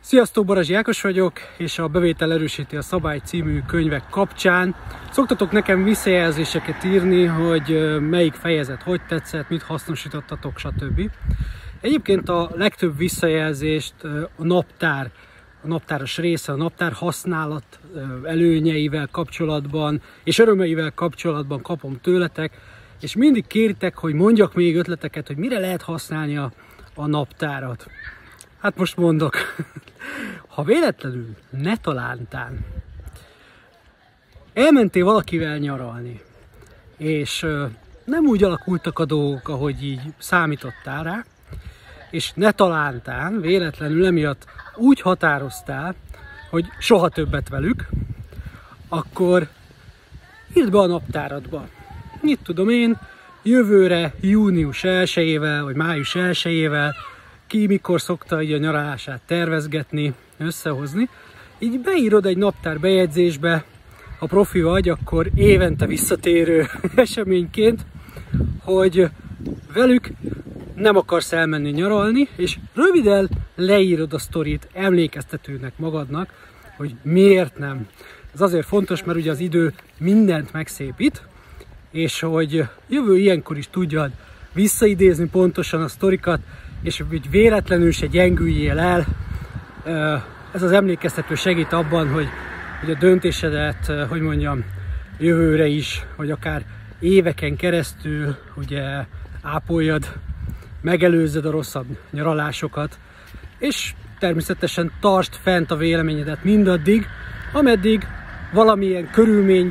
Sziasztok, Barazsi Ákos vagyok, és a Bevétel erősíti a szabályt című könyvek kapcsán szoktatok nekem visszajelzéseket írni, hogy melyik fejezet hogy tetszett, mit hasznosítottatok, stb. Egyébként a legtöbb visszajelzést a naptáros része, a naptár használat előnyeivel kapcsolatban és örömeivel kapcsolatban kapom tőletek, és mindig kéritek, hogy mondjak még ötleteket, hogy mire lehet használni a naptárat. Hát most mondok, ha véletlenül, ne talántán elmentél valakivel nyaralni, és nem úgy alakultak a dolgok, ahogy így számítottál rá, és ne talántán, véletlenül emiatt úgy határoztál, hogy soha többet velük, akkor írd be a naptáradba. Mit tudom én, jövőre június 1-ével, vagy május 1-ével, ki mikor szokta így a nyaralását tervezgetni, összehozni. Így beírod egy naptár bejegyzésbe, ha profi vagy, akkor évente visszatérő eseményként, hogy velük nem akarsz elmenni nyaralni, és röviden leírod a sztorit emlékeztetőnek magadnak, hogy miért nem. Ez azért fontos, mert ugye az idő mindent megszépít, és hogy jövő ilyenkor is tudjad visszaidézni pontosan a sztorikat, és hogy véletlenül se gyengüljél el. Ez az emlékeztető segít abban, hogy a döntésedet, hogy mondjam, jövőre is, vagy akár éveken keresztül ugye ápoljad, megelőzzed a rosszabb nyaralásokat, és természetesen tartsd fent a véleményedet mindaddig, ameddig valamilyen körülmény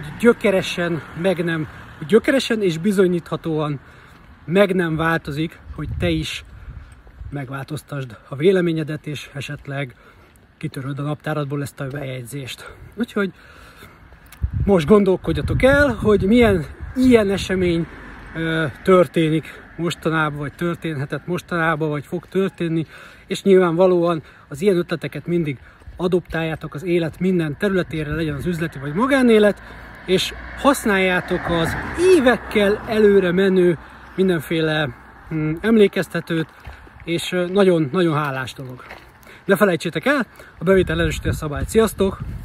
gyökeresen és bizonyíthatóan meg nem változik, hogy te is megváltoztasd a véleményedet, és esetleg kitöröd a naptáradból ezt a bejegyzést. Úgyhogy most gondolkodjatok el, hogy milyen ilyen esemény történik mostanában, vagy történhetett mostanában, vagy fog történni, és nyilvánvalóan az ilyen ötleteket mindig adoptáljátok az élet minden területére, legyen az üzleti vagy magánélet, és használjátok az évekkel előre menő mindenféle emlékeztetőt, és nagyon-nagyon hálás dolog. Ne felejtsétek el, a Bevétel erősíti a szabályt. Sziasztok!